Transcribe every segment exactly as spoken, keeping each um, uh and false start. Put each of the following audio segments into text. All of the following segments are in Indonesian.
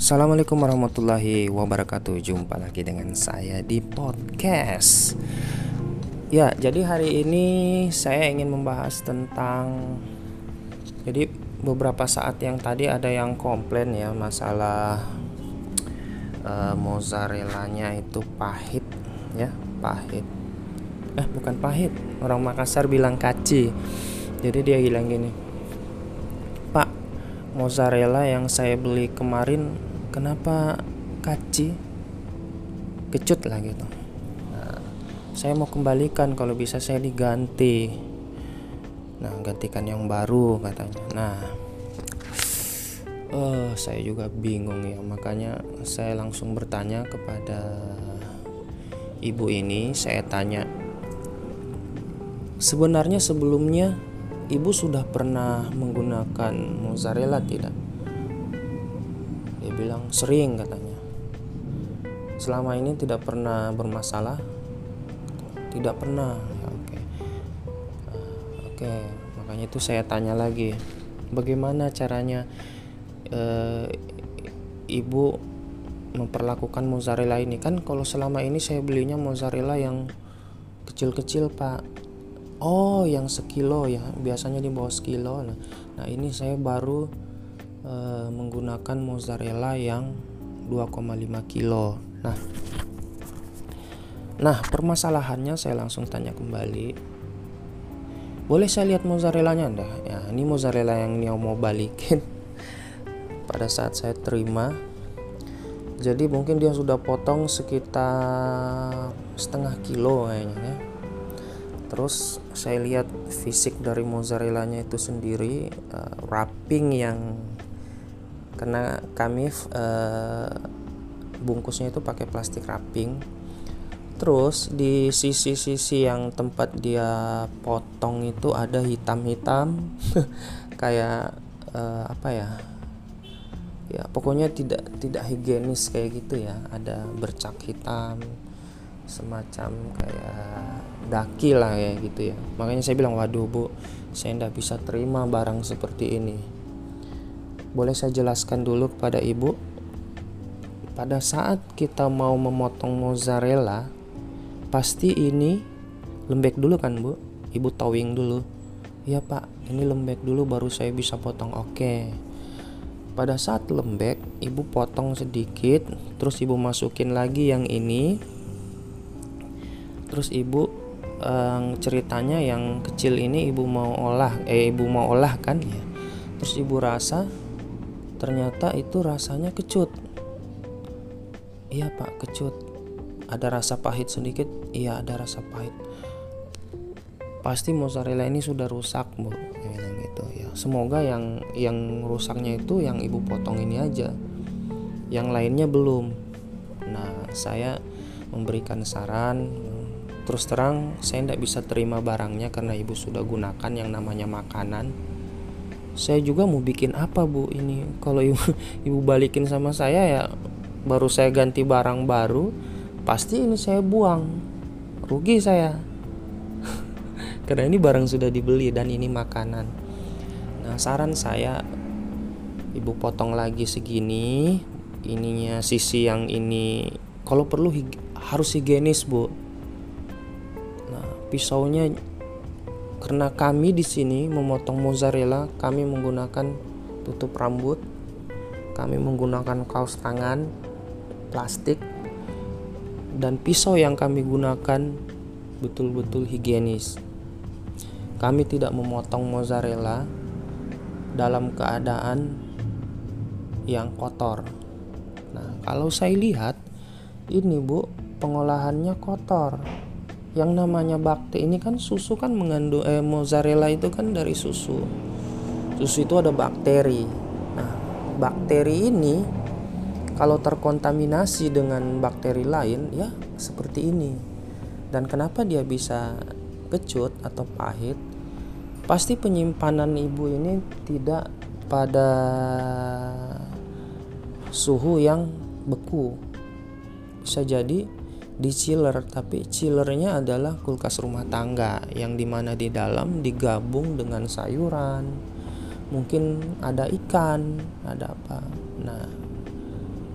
Assalamualaikum warahmatullahi wabarakatuh. Jumpa lagi dengan saya di podcast. Ya, jadi hari ini saya ingin membahas tentang, jadi beberapa saat yang tadi ada yang komplain ya masalah uh, mozzarellanya itu pahit ya, pahit. Eh bukan pahit, orang Makassar bilang kaci. Jadi dia bilang gini, "Pak, mozzarella yang saya beli kemarin kenapa kaci, kecut lah gitu. Nah, saya mau kembalikan, kalau bisa saya diganti. Nah, gantikan yang baru," katanya. Nah, uh, saya juga bingung ya, makanya saya langsung bertanya kepada ibu ini. Saya tanya, sebenarnya sebelumnya ibu sudah pernah menggunakan mozzarella tidak? Dia bilang sering, katanya. Selama ini tidak pernah bermasalah? Tidak pernah. Ya, oke. Uh, oke, makanya itu saya tanya lagi, bagaimana caranya uh, ibu memperlakukan mozzarella ini? Kan kalau selama ini saya belinya mozzarella yang kecil-kecil, Pak. Oh, yang sekilo ya, biasanya di bawah sekilo. Nah, nah ini saya baru Uh, menggunakan mozzarella yang dua koma lima kilo. Nah, nah permasalahannya saya langsung tanya kembali, boleh saya lihat mozzarellanya enggak? Ya, ini mozzarella yang dia mau balikin. Pada saat saya terima, jadi mungkin dia sudah potong sekitar setengah kilo kayaknya ya. Terus saya lihat fisik dari mozzarellanya itu sendiri, uh, wrapping yang, karena kami uh, bungkusnya itu pakai plastik wrapping. Terus di sisi-sisi yang tempat dia potong itu ada hitam-hitam kayak uh, apa ya? Ya pokoknya tidak tidak higienis kayak gitu ya. Ada bercak hitam, semacam kayak daki lah kayak gitu ya. Makanya saya bilang, waduh Bu, saya tidak bisa terima barang seperti ini. Boleh saya jelaskan dulu kepada ibu, pada saat kita mau memotong mozzarella, pasti ini lembek dulu kan Bu? Ibu towing dulu. Iya Pak, ini lembek dulu baru saya bisa potong. Oke. Pada saat lembek, ibu potong sedikit, terus ibu masukin lagi yang ini. Terus ibu eh, ceritanya yang kecil ini ibu mau olah, eh ibu mau olah kan ya. Terus ibu rasa, ternyata itu rasanya kecut. Iya Pak, kecut. Ada rasa pahit sedikit. Iya, ada rasa pahit. Pasti mozzarella ini sudah rusak Bu, dia bilang gitu ya. Semoga yang yang rusaknya itu yang ibu potong ini aja, yang lainnya belum. Nah, saya memberikan saran, terus terang saya tidak bisa terima barangnya karena ibu sudah gunakan yang namanya makanan. Saya juga mau bikin apa Bu ini? Kalau ibu, ibu balikin sama saya ya, baru saya ganti barang baru, pasti ini saya buang, rugi saya. Karena ini barang sudah dibeli dan ini makanan. Nah, saran saya, ibu potong lagi segini, ininya sisi yang ini, kalau perlu hig- harus higienis Bu. Nah, pisaunya, karena kami di sini memotong mozzarella, kami menggunakan tutup rambut, kami menggunakan kaos tangan plastik, dan pisau yang kami gunakan betul-betul higienis. Kami tidak memotong mozzarella dalam keadaan yang kotor. Nah, kalau saya lihat ini Bu, pengolahannya kotor. Yang namanya bakteri ini kan, susu kan mengandung eh, mozzarella itu kan dari susu. Susu itu ada bakteri. Nah, bakteri ini kalau terkontaminasi dengan bakteri lain ya seperti ini. Dan kenapa dia bisa kecut atau pahit? Pasti penyimpanan ibu ini tidak pada suhu yang beku. Bisa jadi di chiller, tapi chillernya adalah kulkas rumah tangga yang dimana di dalam digabung dengan sayuran, mungkin ada ikan, ada apa. Nah,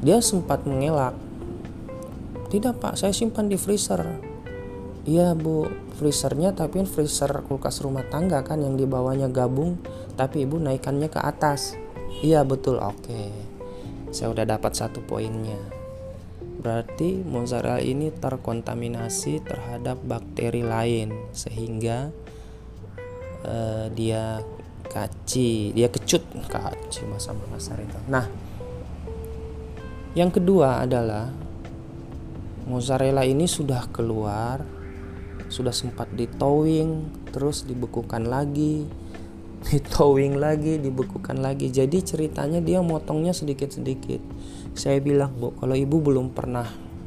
Dia sempat mengelak, "Tidak pak, saya simpan di freezer." "Iya bu, freezernya tapi freezer kulkas rumah tangga kan yang dibawanya gabung, tapi ibu naikannya ke atas." "Iya betul." "Oke, saya udah dapat satu poinnya. Berarti mozzarella ini terkontaminasi terhadap bakteri lain sehingga uh, dia kaci, dia kecut, kaci bahasa Makassar itu. Nah, yang kedua adalah mozzarella ini sudah keluar, sudah sempat ditowing, terus dibekukan lagi, ditowing lagi, dibekukan lagi. Jadi ceritanya dia motongnya sedikit-sedikit. Saya bilang, "Bu, kalau ibu belum pernah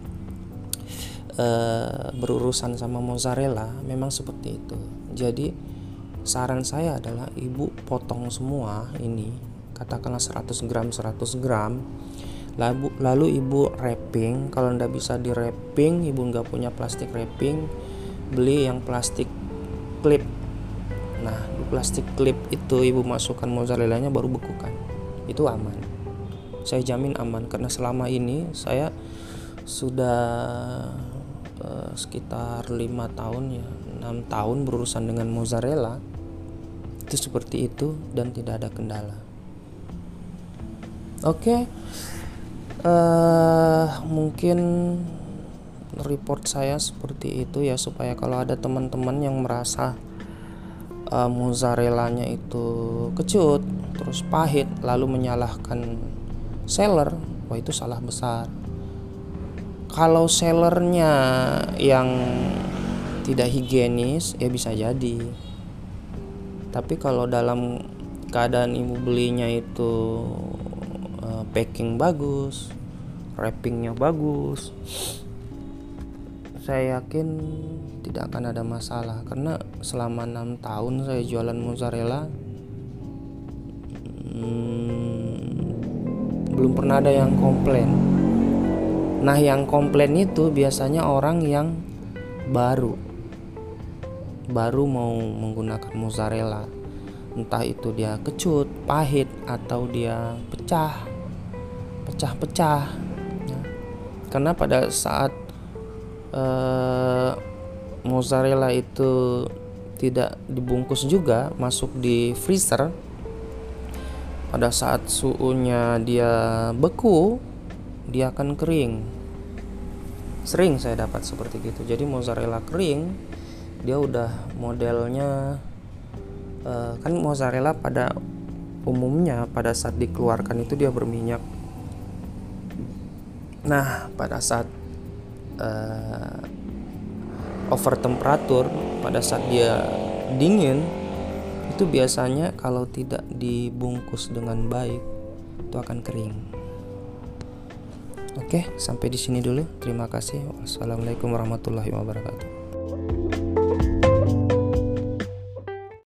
uh, berurusan sama mozzarella, memang seperti itu. Jadi saran saya adalah ibu potong semua ini, katakanlah seratus gram seratus gram, lalu, lalu ibu wrapping. Kalau ndak bisa di wrapping, ibu nggak punya plastik wrapping, beli yang plastik clip. Nah, di plastik clip itu ibu masukkan mozzarellanya baru bekukan. Itu aman. Saya jamin aman karena selama ini saya sudah uh, sekitar lima tahun ya, enam tahun berurusan dengan mozzarella. Itu seperti itu dan tidak ada kendala. Oke, okay. uh, mungkin report saya seperti itu ya, supaya kalau ada teman-teman yang merasa uh, mozzarellanya itu kecut, terus pahit, lalu menyalahkan seller, wah itu salah besar. Kalau sellernya yang tidak higienis ya bisa jadi. Tapi kalau dalam keadaan ibu belinya itu uh, packing bagus, wrappingnya bagus, saya yakin tidak akan ada masalah. Karena selama enam tahun saya jualan mozzarella, hmm, belum pernah ada yang komplain. Nah, yang komplain itu biasanya orang yang baru baru mau menggunakan mozzarella, entah itu dia kecut, pahit, atau dia pecah pecah-pecah ya. Karena pada saat eh, mozzarella itu tidak dibungkus juga, masuk di freezer, pada saat suhunya dia beku, dia akan kering. Sering saya dapat seperti gitu. Jadi mozzarella kering, dia udah modelnya uh, kan mozzarella pada umumnya pada saat dikeluarkan itu dia berminyak. Nah, pada saat uh, over temperatur, pada saat dia dingin, itu biasanya kalau tidak dibungkus dengan baik itu akan kering. Oke, sampai di sini dulu. Terima kasih. Wassalamualaikum warahmatullahi wabarakatuh.